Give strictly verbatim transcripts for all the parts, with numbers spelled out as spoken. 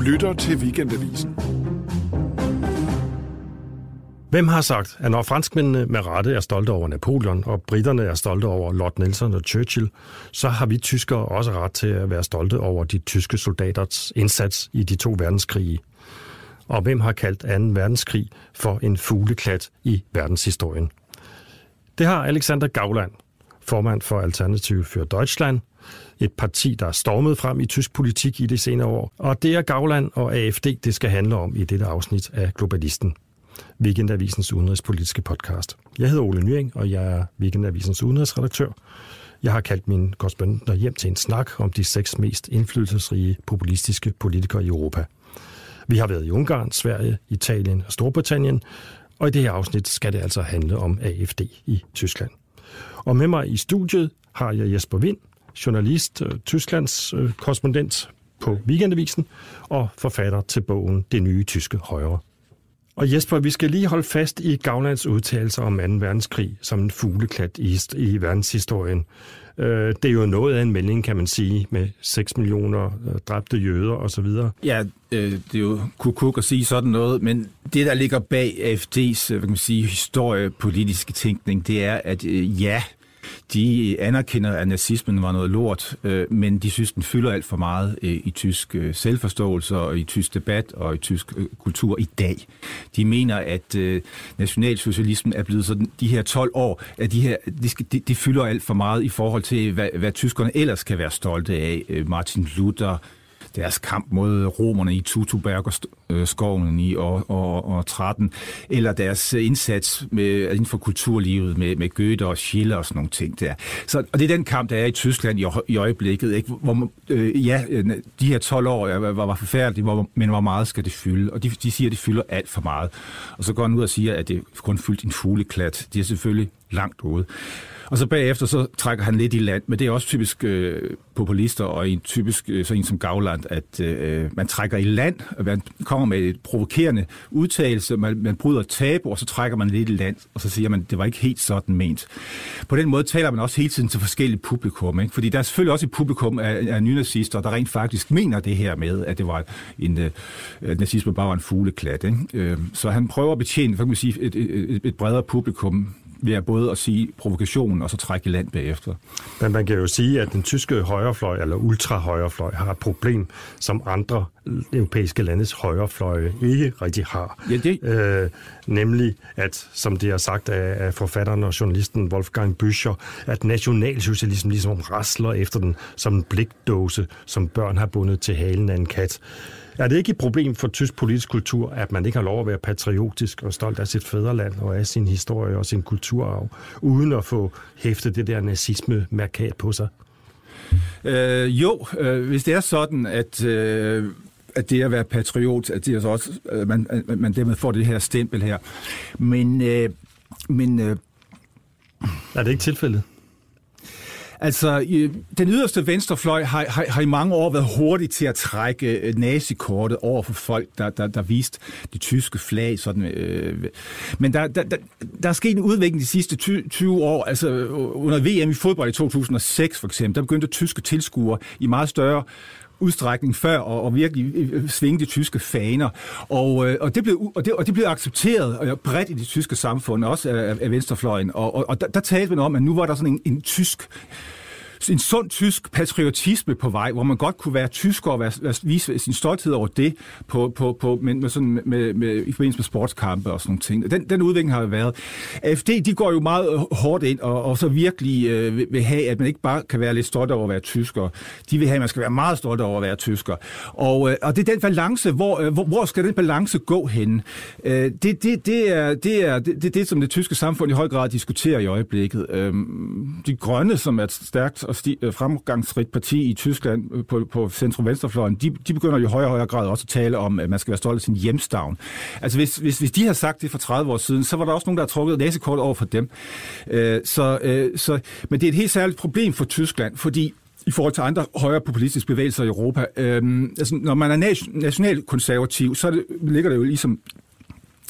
lytter til Weekendavisen. Hvem har sagt, at når franskmændene med rette er stolte over Napoleon, og britterne er stolte over Lord Nelson og Churchill, så har vi tyskere også ret til at være stolte over de tyske soldaters indsats i de to verdenskrige. Og hvem har kaldt anden verdenskrig for en fugleklat i verdenshistorien? Det har Alexander Gauland, formand for Alternative für Deutschland, et parti, der er stormet frem i tysk politik i de senere år. Og det er Gauland og A F D, det skal handle om i dette afsnit af Globalisten, Weekendavisens udenrigspolitiske podcast. Jeg hedder Ole Nyring, og jeg er Weekendavisens udenrigsredaktør. Jeg har kaldt mine korrespondenter hjem til en snak om de seks mest indflydelsesrige populistiske politikere i Europa. Vi har været i Ungarn, Sverige, Italien og Storbritannien, og i det her afsnit skal det altså handle om A F D i Tyskland. Og med mig i studiet har jeg Jesper Wind, journalist, Tysklands korrespondent på Weekendavisen og forfatter til bogen Det nye tyske højre. Og Jesper, vi skal lige holde fast i Gaulands udtalelser om anden verdenskrig som en fugleklat i, i verdenshistorien. Det er jo noget af en melding, kan man sige, med seks millioner dræbte jøder osv. Ja, det er jo kukuk at sige sådan noget, men det, der ligger bag A F D's, hvad kan man sige, historiepolitiske tænkning, det er, at ja, de anerkender, at nazismen var noget lort, øh, men de synes, den fylder alt for meget øh, i tysk øh, selvforståelse og i tysk debat og i tysk øh, kultur i dag. De mener, at øh, nationalsocialismen er blevet sådan de her tolv år, at de her, de, skal, de, de fylder alt for meget i forhold til, hvad, hvad tyskerne ellers kan være stolte af. Øh, Martin Luther, deres kamp mod romerne i Tutubergerskoven i år, år, år tretten, eller deres indsats med, inden for kulturlivet med, med Goethe og Schiller og sådan nogle ting der. Så, og det er den kamp, der er i Tyskland i, i øjeblikket, ikke? Hvor, øh, ja, de her tolv år var, var forfærdelige, hvor, men hvor meget skal det fylde? Og de, de siger, at de fylder alt for meget. Og så går han ud og siger, at det kun fyldt en fugleklat. Det er selvfølgelig langt ude. Og så bagefter så trækker han lidt i land, men det er også typisk øh, populister og en typisk øh, så en som Gauland, at øh, man trækker i land, og man kommer med et provokerende udtalelse, man, man bryder tabu, og så trækker man lidt i land, og så siger man, det var ikke helt sådan ment. På den måde taler man også hele tiden til forskellige publikum, ikke? Fordi der er selvfølgelig også et publikum af, af nynazister, der rent faktisk mener det her med, at det var en øh, nazisme bare var en fugleklat, ikke? Øh, så han prøver at betjene, kan man sige, et, et, et bredere publikum, ved at både at sige provokation og så trække land bagefter. Men man kan jo sige, at den tyske højrefløj, eller ultra-højrefløj, har et problem, som andre europæiske landes højrefløje ikke rigtig har. Ja, det... øh, nemlig, at, som det er sagt af, af forfatteren og journalisten Wolfgang Bücher, at nationalsocialismen ligesom rasler efter den som en blikdåse, som børn har bundet til halen af en kat. Er det ikke et problem for tysk politisk kultur, at man ikke har lov at være patriotisk og stolt af sit fædreland og af sin historie og sin kulturarv, uden at få hæftet det der nazisme-mærkat på sig? Øh, jo, øh, hvis det er sådan, at, øh, at det at være patriot, at det er så også, øh, man, man dermed får det her stempel her. Men... Øh, men øh, er det ikke tilfældet? Altså, den yderste venstrefløj har, har, har i mange år været hurtig til at trække nazikortet over for folk, der, der, der viste de tyske flag. Sådan, øh. Men der, der, der, der er sket en udvikling de sidste tyve år. Altså, under V M i fodbold i to tusind og seks for eksempel, der begyndte tyske tilskuere i meget større udstrækning før og, og virkelig svinge de tyske faner. Og, øh, og, det blev, og, det, og det blev accepteret bredt i det tyske samfund, også af, af venstrefløjen. Og, og, og der, der talte man om, at nu var der sådan en, en tysk en sund tysk patriotisme på vej, hvor man godt kunne være tysker og være, være, vise sin stolthed over det på, på, på, med, med sådan, med, med, i forbindelse med sportskampe og sådan nogle ting. Den, den udvikling har jo været. A F D, de går jo meget hårdt ind og, og så virkelig øh, vil have, at man ikke bare kan være lidt stolt over at være tysker. De vil have, at man skal være meget stolt over at være tysker. Og, øh, og det er den balance, hvor, øh, hvor, hvor skal den balance gå hen? Øh, det, det, det, er, det, er, det, det er det, som det tyske samfund i høj grad diskuterer i øjeblikket. Øh, de grønne, som er et stærkt og sti- fremgangsrigt parti i Tyskland på, på centrum-venstrefløjen, de, de begynder jo i højere og højere grad også at tale om, at man skal være stolt af sin hjemstavn. Altså hvis, hvis, hvis de har sagt det for tredive år siden, så var der også nogen, der har trukket nazikort over for dem. Øh, så, øh, så, men det er et helt særligt problem for Tyskland, fordi i forhold til andre højere populistiske bevægelser i Europa, øh, altså når man er nationalkonservativ, så det, ligger det jo ligesom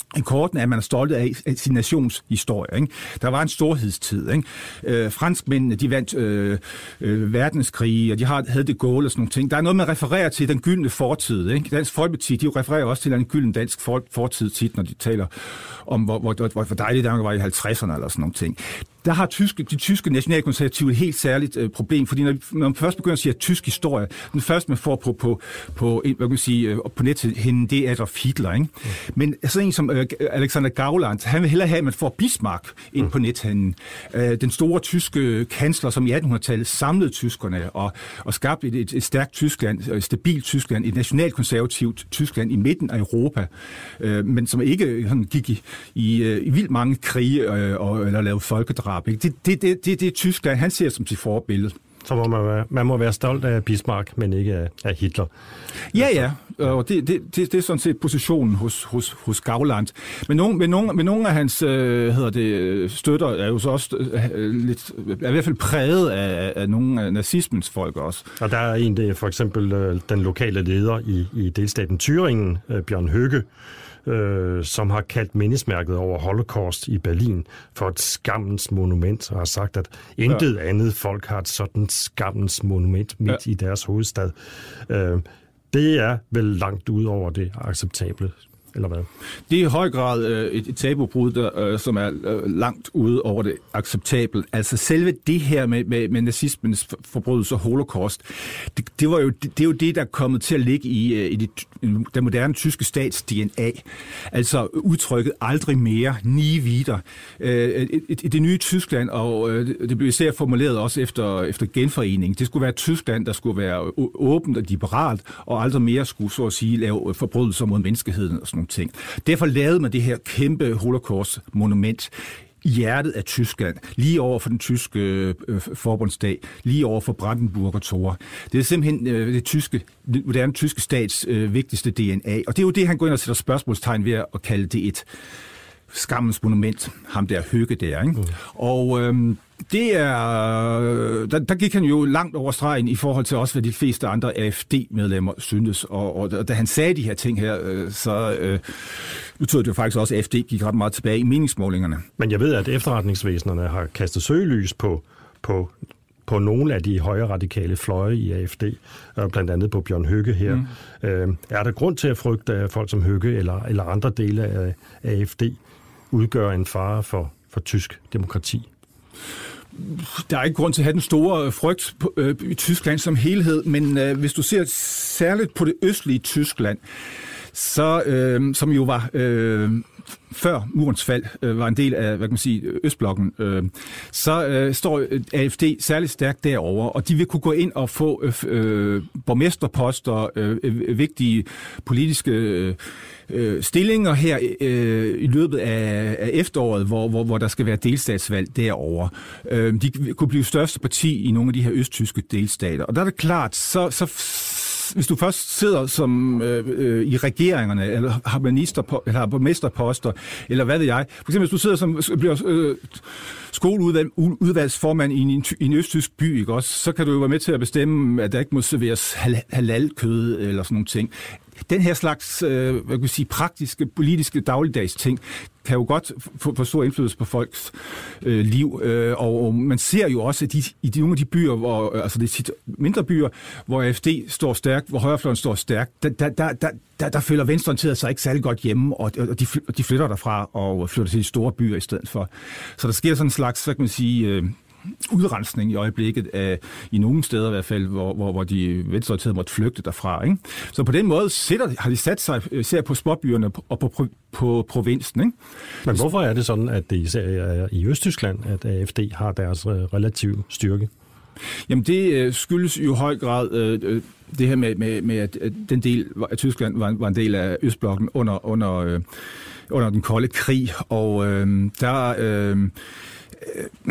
Korten er, at man er stolt af, af sin nations historie. Ikke? Der var en storhedstid. Ikke? Øh, franskmændene, de vandt øh, øh, verdenskrige, og de har, havde det Gaulle og sådan nogle ting. Der er noget, man refererer til den gyldne fortid. Ikke? Dansk Folkeparti, de refererer også til en gylden dansk fortid tit, når de taler om, hvor, hvor, hvor, hvor dejligt Danmark var i halvtredserne eller sådan nogle ting. Der har tyske, de tyske nationalkonservative et helt særligt øh, problem, fordi når, når man først begynder at sige, at tysk historie, den første, man får på, på, på, hvad kan man sige, øh, på nettet, det er Adolf Hitler. Ikke? Mm. Men sådan en som øh, Alexander Gauland, han vil hellere have, at man får Bismarck ind mm. på nethinden. Øh, den store tyske kansler, som i attenhundredetallet samlede tyskerne og, og skabte et, et, et stærkt Tyskland, et stabilt Tyskland, et nationalkonservativt Tyskland i midten af Europa, øh, men som ikke sådan, gik i, i, i vildt mange krige øh, og, eller lavede folkedrab. Det, det, det, det, det er Tyskland, han ser som sit forbillede. Så må man, være, man må være stolt af Bismarck, men ikke af, af Hitler. Ja, ja, og det, det, det, det er sådan set positionen hos, hos, hos Gauland. Men nogle, men, nogle, men nogle af hans øh, hedder det, støtter er jo så også øh, lidt, er i hvert fald præget af, af nogle af nazismens folk også. Og der er en, det er for eksempel øh, den lokale leder i, i delstaten Thüringen, øh, Bjørn Høcke, Øh, som har kaldt mindesmærket over Holocaust i Berlin for et skammens monument, og har sagt, at intet ja. andet folk har et sådan skammens monument midt ja. i deres hovedstad. Øh, det er vel langt ud over det acceptable, eller hvad? Det er i høj grad øh, et, et tabubrud, der, øh, som er øh, langt ude over det acceptable. Altså selve det her med, med, med nazismens forbrydelse og holocaust, det, det, var jo, det, det er jo det, der er kommet til at ligge i, i det, den moderne tyske stats D N A. Altså udtrykket aldrig mere, nie wieder. Øh, i, i det nye Tyskland, og øh, det blev især formuleret også efter, efter genforening. Det skulle være Tyskland, der skulle være åbent og liberalt, og aldrig mere skulle, så at sige, lave forbrydelser mod menneskeheden og sådan ting. Derfor lavede man det her kæmpe holocaust-monument i hjertet af Tyskland, lige over for den tyske øh, forbundsdag, lige over for Brandenburger Tor. Det er simpelthen øh, det tyske, det moderne tyske stats øh, vigtigste D N A, og det er jo det, han går ind og sætter spørgsmålstegn ved at kalde det et skammens monument, ham der Høcke der, ikke? Mm. Og øhm, det er, der, der gik han jo langt over stregen i forhold til også, hvad de fleste andre A F D-medlemmer syntes. Og, og da han sagde de her ting her, øh, så øh, betød det jo faktisk også, at A F D gik ret meget tilbage i meningsmålingerne. Men jeg ved, at efterretningsvæsenerne har kastet søgelys på, på, på nogle af de højre radikale fløje i A F D, blandt andet på Bjørn Høcke her. Mm. Øh, er der grund til at frygte, at folk som Høcke eller, eller andre dele af A F D udgør en fare for, for tysk demokrati? Der er ikke grund til at have den store frygt på, øh, i Tyskland som helhed, men øh, hvis du ser særligt på det østlige Tyskland, så, øh, som jo var øh, før murens fald, øh, var en del af, hvad kan man sige, Østblokken, øh, så øh, står A F D særligt stærkt derovre, og de vil kunne gå ind og få øh, borgmesterposter, øh, vigtige politiske øh, stillinger her øh, i løbet af, af efteråret, hvor, hvor, hvor der skal være delstatsvalg derovre. Øh, de kunne blive største parti i nogle af de her østtyske delstater, og der er det klart, så, så hvis du først sidder som øh, øh, i regeringerne, eller har minister, eller har borgmesterposter, eller hvad ved jeg. For eksempel, hvis du sidder som bliver øh, skoleudvalgsformand i en, i en østtysk by, ikke også, så kan du jo være med til at bestemme, at der ikke må serveres halal-kød eller sådan nogle ting. Den her slags øh, hvad kan jeg sige, praktiske, politiske, dagligdags ting kan jo godt få, få stor indflydelse på folks øh, liv. Øh, og, og man ser jo også, at de, i de, nogle af de byer, hvor, altså det er mindre byer, hvor A F D står stærkt, hvor højrefløjen står stærkt, der, der, der, der, der, der føler venstreorienteret sig ikke særlig godt hjemme, og, og de, de flytter derfra og flytter til de store byer i stedet for. Så der sker sådan en slags, hvad kan man sige, øh, udrensning i øjeblikket af, i nogle steder i hvert fald, hvor, hvor, hvor de venstreorienterede måtte flygte derfra. Ikke? Så på den måde sætter, har de sat sig især på småbyerne og på, på, på provinsen. Ikke? Men hvorfor er det sådan, at det især er i Østtyskland, at A F D har deres relative styrke? Jamen det øh, skyldes jo i høj grad øh, det her med, med, med at, at den del af Tyskland var, var en del af Østblokken under, under, øh, under den kolde krig, og øh, der... Øh, øh,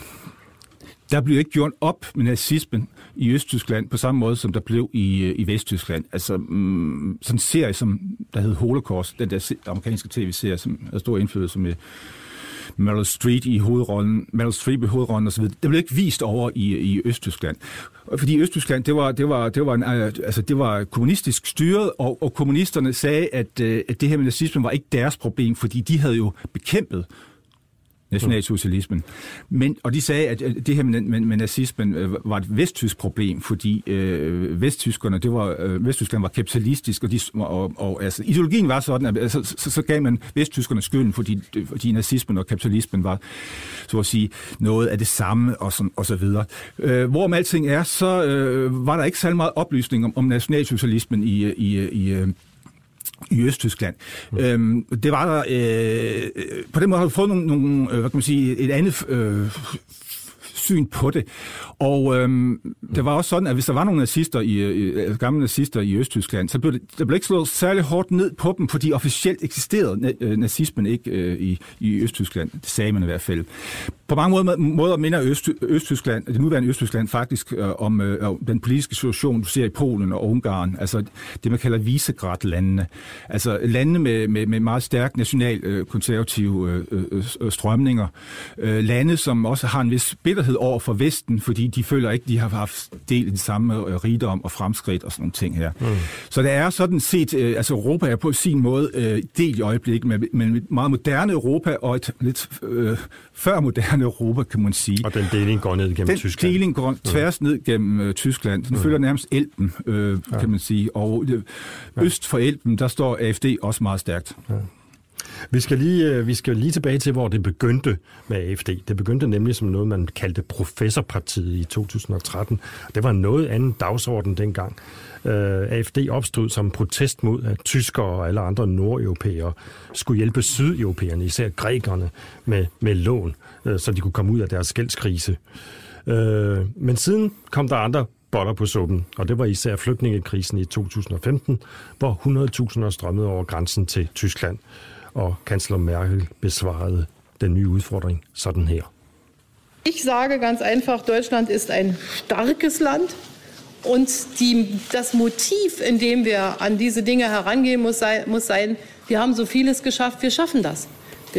Der blev ikke gjort op med nazismen i Østtyskland på samme måde, som der blev i, i Vesttyskland. Altså mm, sådan en serie, som der hed Holocaust, den der amerikanske tv-serie, som har stor indflydelse med, Meryl Streep i hovedrollen, Meryl Streep i hovedrollen osv. Det blev ikke vist over i, i Østtyskland. Fordi Østtyskland, det var, det var, det var, en, altså, det var kommunistisk styret, og, og kommunisterne sagde, at, at det her med nazismen var ikke deres problem, fordi de havde jo bekæmpet nationalsocialismen. Men, og de sagde, at det her med, med, med nazismen var et vesttysk problem, fordi øh, vesttyskerne, det var, øh, Vesttyskland var kapitalistisk, og, de, og, og altså, ideologien var sådan, at altså, så, så gav man vesttyskerne skylden, fordi, fordi nazismen og kapitalismen var, så at sige, noget af det samme, og, sådan, og så videre. Øh, hvorom alting er, så øh, var der ikke særlig meget oplysning om, om nationalsocialismen i, i, i i Østtyskland. Mm. Øhm, det var der, øh, på den måde har du fået nogle, nogle hvad kan man sige, et andet øh, syn på det. Og øhm, det var også sådan, at hvis der var nogle nazister i, i gamle nazister i Østtyskland, så blev det, der blev ikke slået særlig hårdt ned på dem, fordi officielt eksisterede nazismen ikke øh, i, i Østtyskland. Det sagde man i hvert fald. På mange måder, måder minder Øst, Østtyskland, det nuværende Østtyskland faktisk øh, om øh, den politiske situation, du ser i Polen og Ungarn, altså det, man kalder Visegrad-landene. Altså landene med, med, med meget stærk national-konservative øh, øh, øh, strømninger. Øh, lande, som også har en vis bitterhed over for Vesten, fordi de føler ikke, de har haft del i den samme øh, rigdom og fremskridt og sådan nogle ting her. Mm. Så det er sådan set, øh, altså Europa er på sin måde øh, del i øjeblikket, med, med et meget moderne Europa og et lidt øh, før moderne Europa, kan man sige. Og den deling går ned gennem den Tyskland. Den deling går tværs ned gennem øh, Tyskland. Den mm. følger nærmest Elben, øh, ja. kan man sige. Og øh, øst for Elben, der står A F D også meget stærkt. Ja. Vi skal, lige, vi skal lige tilbage til, hvor det begyndte med A F D. Det begyndte nemlig som noget, man kaldte professorpartiet i to tusind og tretten. Det var en noget anden dagsorden dengang. Uh, A F D opstod som protest mod, at tyskere og alle andre nordeuropæere skulle hjælpe sydeuropæerne, især grækerne, med, med lån, uh, så de kunne komme ud af deres gældskrise. Uh, men siden kom der andre boller på suppen, og det var især flygtningekrisen i to tusind og femten, hvor hundrede tusinder strømmede over grænsen til Tyskland, og kansler Merkel besvarede den nye udfordring sådan her. Ich sage ganz einfach, Deutschland ist ein starkes Land und die, das Motiv, in dem wir an diese Dinge herangehen, muss sein, muss sein, wir haben so vieles geschafft, wir schaffen das.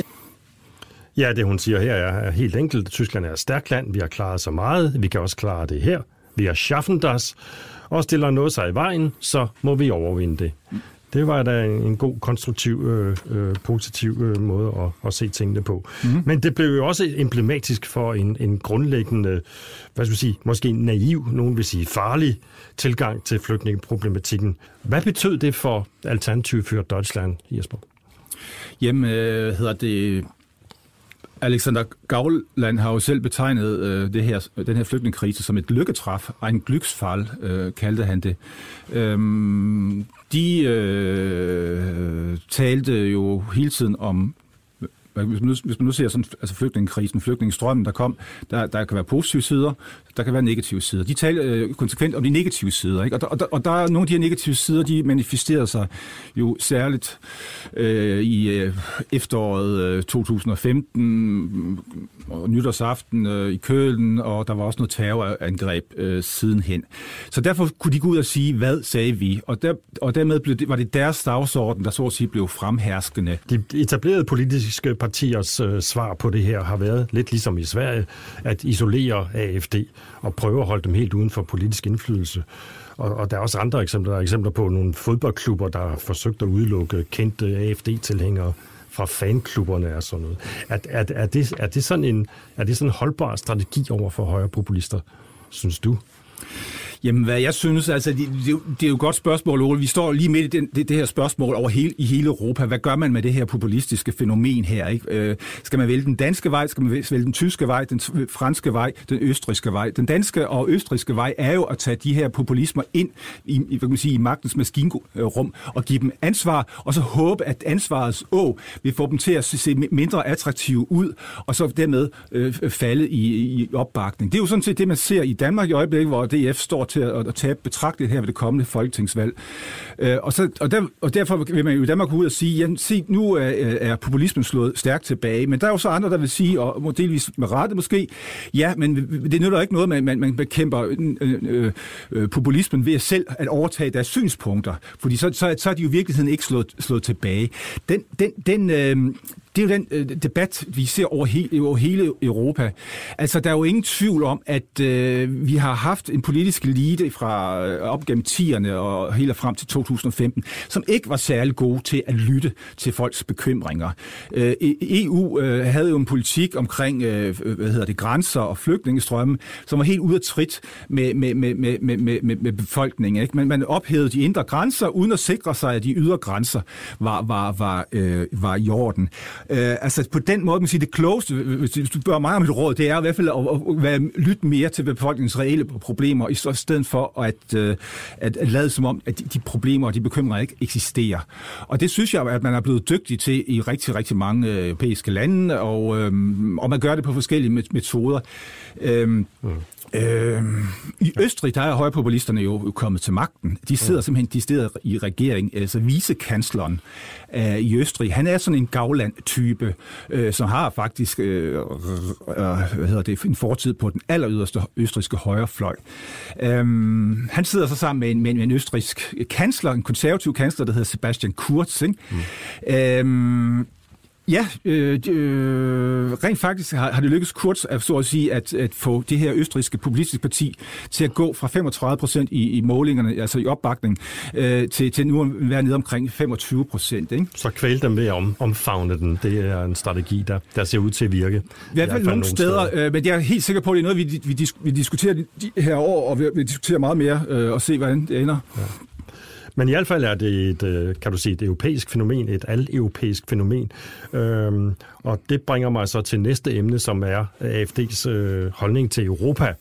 Ja, det hun siger her er helt enkelt. Tyskland er et stærkt land, vi har klaret så meget, vi kan også klare det her. Vi har schaffen das, og stiller noget sig i vejen, så må vi overvinde det. Det var da en god, konstruktiv, øh, øh, positiv øh, måde at, at se tingene på. Mm-hmm. Men det blev jo også emblematisk for en, en grundlæggende, hvad skal vi sige, måske naiv, nogen vil sige farlig tilgang til flygtningeproblematikken. Hvad betød det for Alternativ für Deutschland, Jesper? Jamen, øh, hedder det... Alexander Gauland har jo selv betegnet øh, det her, den her flygtningekrise som et lykketræf, en Glücksfall, øh, kaldte han det. Øhm, de øh, talte jo hele tiden om, hvis man nu, hvis man nu ser sådan, altså flygtningekrisen, flygtningestrømmen, der kom, der, der kan være positive sider, der kan være negative sider. De taler øh, konsekvent om de negative sider, ikke? Og, der, og, der, og der er nogle af de her negative sider, de manifesterede sig jo særligt øh, i øh, efteråret øh, to tusind og femten, og nytårsaften øh, i Kølen, og der var også noget terrorangreb øh, sidenhen. Så derfor kunne de gå ud og sige, hvad sagde vi? Og, der, og dermed blev det, var det deres dagsorden, der så at sige blev fremherskende. De etablerede politiske partiers øh, svar på det her har været lidt ligesom i Sverige, at isolere A F D og prøve at holde dem helt uden for politisk indflydelse. Og, og der er også andre eksempler. Der er eksempler på nogle fodboldklubber, der har forsøgt at udelukke kendte A F D-tilhængere fra fanklubberne og sådan noget. Er, er, er, det, er, det sådan en, er det sådan en holdbar strategi over for højrepopulister, synes du? Jamen, hvad jeg synes, altså, det, det, det er jo et godt spørgsmål, Ole. Vi står lige midt i den, det, det her spørgsmål over hele, i hele Europa. Hvad gør man med det her populistiske fænomen her? Ikke? Øh, skal man vælge den danske vej? Skal man vælge den tyske vej? Den franske vej? Den østrigske vej? Den danske og østrigske vej er jo at tage de her populismer ind i, i, hvad kan man sige, i magtens maskinrum og give dem ansvar, og så håbe, at ansvarets å vil få dem til at se mindre attraktive ud, og så dermed øh, falde i, i opbakning. Det er jo sådan set det, man ser i Danmark i øjeblikket, hvor D F står til at, at tabe betragteligt her ved det kommende folketingsvalg. Øh, og, så, og, der, og derfor vil man jo i Danmark gå ud og sige, jamen se, nu er, er populismen slået stærkt tilbage. Men der er jo så andre, der vil sige, og delvis med rette måske, ja, men det nytter ikke noget, man, man, man bekæmper øh, øh, øh, populismen ved selv at overtage deres synspunkter. Fordi så, så, så er de jo i virkeligheden ikke slået, slået tilbage. Den, den, den øh, det er jo den øh, debat, vi ser over, he, over hele Europa. Altså, der er jo ingen tvivl om, at øh, vi har haft en politisk elite fra øh, op gennem tierne og helt frem til to tusind og femten, som ikke var særlig gode til at lytte til folks bekymringer. Øh, E U øh, havde jo en politik omkring øh, hvad hedder det, grænser og flygtningestrømme, som var helt ude af trit med, med, med, med, med, med, med befolkningen. Ikke? Men man ophævede de indre grænser, uden at sikre sig, at de ydre grænser var, var, var, øh, var i orden. Øh, altså på den måde, man siger, det klogeste, hvis du spørger mig om et råd, det er i hvert fald at, at være, lytte mere til befolkningens reelle problemer, i stedet for at, øh, at, at lade som om, at de, de problemer og de bekymringer ikke eksisterer. Og det synes jeg, at man er blevet dygtig til i rigtig, rigtig mange europæiske lande, og, øh, og man gør det på forskellige metoder. Øh, mm. Øh, I Østrig, der er højrepopulisterne jo kommet til magten. De sidder simpelthen de steder i regering. Altså vicekansleren øh, i Østrig, han er sådan en Gauland-type, øh, som har faktisk øh, øh, hvad hedder det, en fortid på den alleryderste østrigske højrefløj. Øh, han sidder så sammen med en, med en østrigsk kansler, en konservativ kansler, der hedder Sebastian Kurz. Ikke? Mm. Øh, Ja, øh, øh, rent faktisk har, har det lykkedes Kurz at, så at sige, at, at få det her østrigske populistiske parti til at gå fra femogtredive procent i, i målingerne, altså i opbakning, øh, til, til nu at være nede omkring femogtyve procent. Ikke? Så kvæl dem ved at om, omfavne den. Det er en strategi, der, der ser ud til at virke. I hvert fald nogle steder, steder. Øh, men jeg er helt sikker på, at det er noget, vi, vi, vi diskuterer de her år, og vi, vi diskuterer meget mere øh, og se, hvordan det ender. Ja. Men i hvert fald er det et, kan du sige, et europæisk fænomen, et al-europæisk fænomen. Øhm, og det bringer mig så til næste emne, som er A F D's øh, holdning til Europa.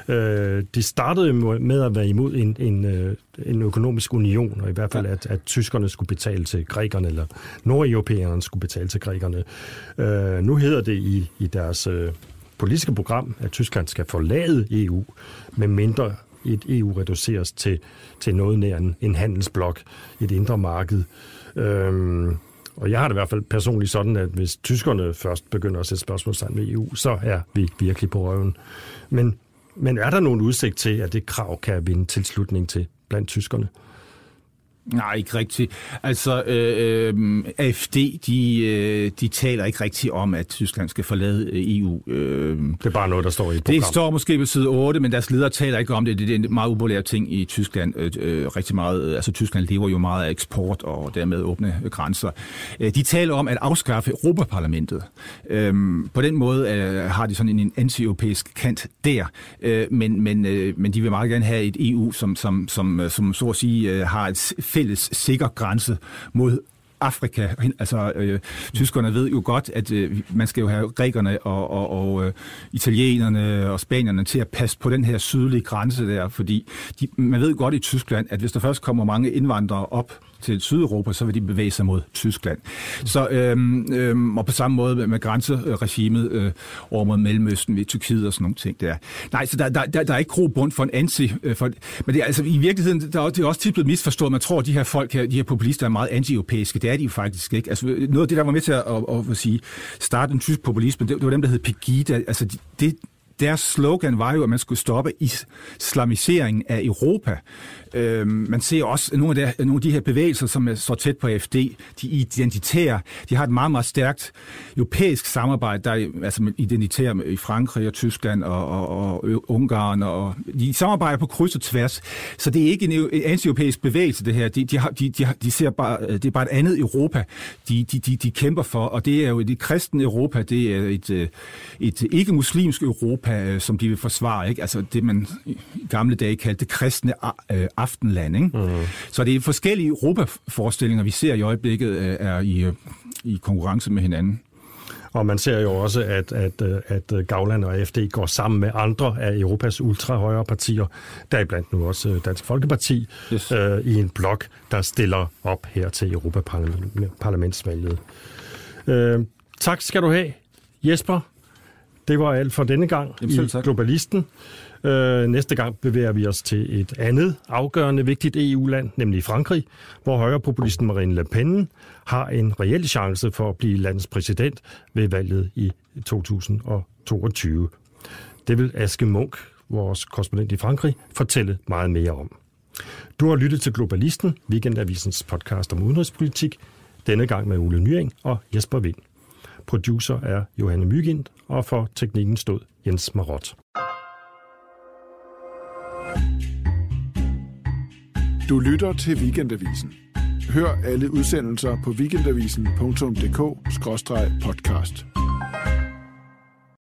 Øh, de startede med at være imod en, en, en økonomisk union, og i hvert fald, at, at tyskerne skulle betale til grækerne, eller nordeuropæerne skulle betale til grækerne. Øh, nu hedder det i, i deres øh, politiske program, at Tyskland skal forlade E U, med mindre et E U reduceres til, til noget nær en, en handelsblok, et indre marked. Øhm, og jeg har det i hvert fald personligt sådan, at hvis tyskerne først begynder at sætte spørgsmålstegn med E U, så er vi virkelig på røven. Men, men er der nogen udsigt til, at det krav kan vinde tilslutning til blandt tyskerne? Nej, ikke rigtigt. Altså, øh, A F D, de, øh, de taler ikke rigtigt om, at Tyskland skal forlade E U. Øh, det er bare noget, der står i programmet. Det står måske på side otte, men deres ledere taler ikke om det. Det er en meget upopulær ting i Tyskland. Øh, rigtig meget, altså, Tyskland lever jo meget af eksport og dermed åbne grænser. Øh, de taler om at afskaffe Europaparlamentet. Øh, på den måde øh, har de sådan en anti-europæisk kant der. Øh, men, men, øh, men de vil meget gerne have et E U, som, som, som, som så at sige øh, har et fælles sikker grænse mod Afrika. Altså, øh, tyskerne ved jo godt, at øh, man skal jo have grækerne og, og, og øh, italienerne og spanierne til at passe på den her sydlige grænse der, fordi de, man ved godt i Tyskland, at hvis der først kommer mange indvandrere op til Sydeuropa, så vil de bevæge sig mod Tyskland. Så, øhm, øhm, og på samme måde med grænseregimet øh, over mod Mellemøsten ved Tyrkiet og sådan nogle ting der. Nej, så der, der, der, der er ikke grobund for en anti... Øh, for, men det er, altså, i virkeligheden, der er, det er også tit blevet misforstået. Man tror, at de her folk her, de her populister er meget anti-europæiske. Det er de jo faktisk ikke. Altså, noget af det, der var med til at, at, at, at sige, starte en tysk populisme, det, det var dem, der hed Pegida. Altså, det... Deres slogan var jo, at man skulle stoppe islamiseringen af Europa. Øhm, man ser også nogle af, de, nogle af de her bevægelser, som er så tæt på A F D, de identitære, de har et meget, meget stærkt europæisk samarbejde, der er altså identitære i Frankrig og Tyskland og, og, og Ungarn, og de samarbejder på kryds og tværs. Så det er ikke en anti-europæisk bevægelse, det her. De, de, har, de, de, de ser bare, det er bare et andet Europa, de, de, de, de kæmper for, og det er jo det kristne Europa, det er et, et ikke-muslimsk Europa, som de vil forsvare, ikke? Altså det, man i gamle dage kaldte det kristne aftenland, ikke? Mm. Så det er forskellige Europa-forestillinger, vi ser i øjeblikket, er i, i konkurrence med hinanden. Og man ser jo også, at, at, at Gauland og A F D går sammen med andre af Europas ultrahøjre partier, deriblandt nu også Dansk Folkeparti, yes. øh, i en blok, der stiller op her til Europaparlamentsvalget. Øh, tak skal du have, Jesper. Det var alt for denne gang i Globalisten. Øh, næste gang bevæger vi os til et andet afgørende vigtigt E U-land, nemlig Frankrig, hvor højrepopulisten Marine Le Pen har en reel chance for at blive landets præsident ved valget i to tusind og toogtyve. Det vil Aske Munk, vores korrespondent i Frankrig, fortælle meget mere om. Du har lyttet til Globalisten, Weekendavisens podcast om udenrigspolitik, denne gang med Ole Nyring og Jesper Vind. Producer er Johanne Mygind, og for teknikken stod Jens Marot. Du lytter til Weekendavisen. Hør alle udsendelser på weekendavisen punktum d k skråstreg podcast.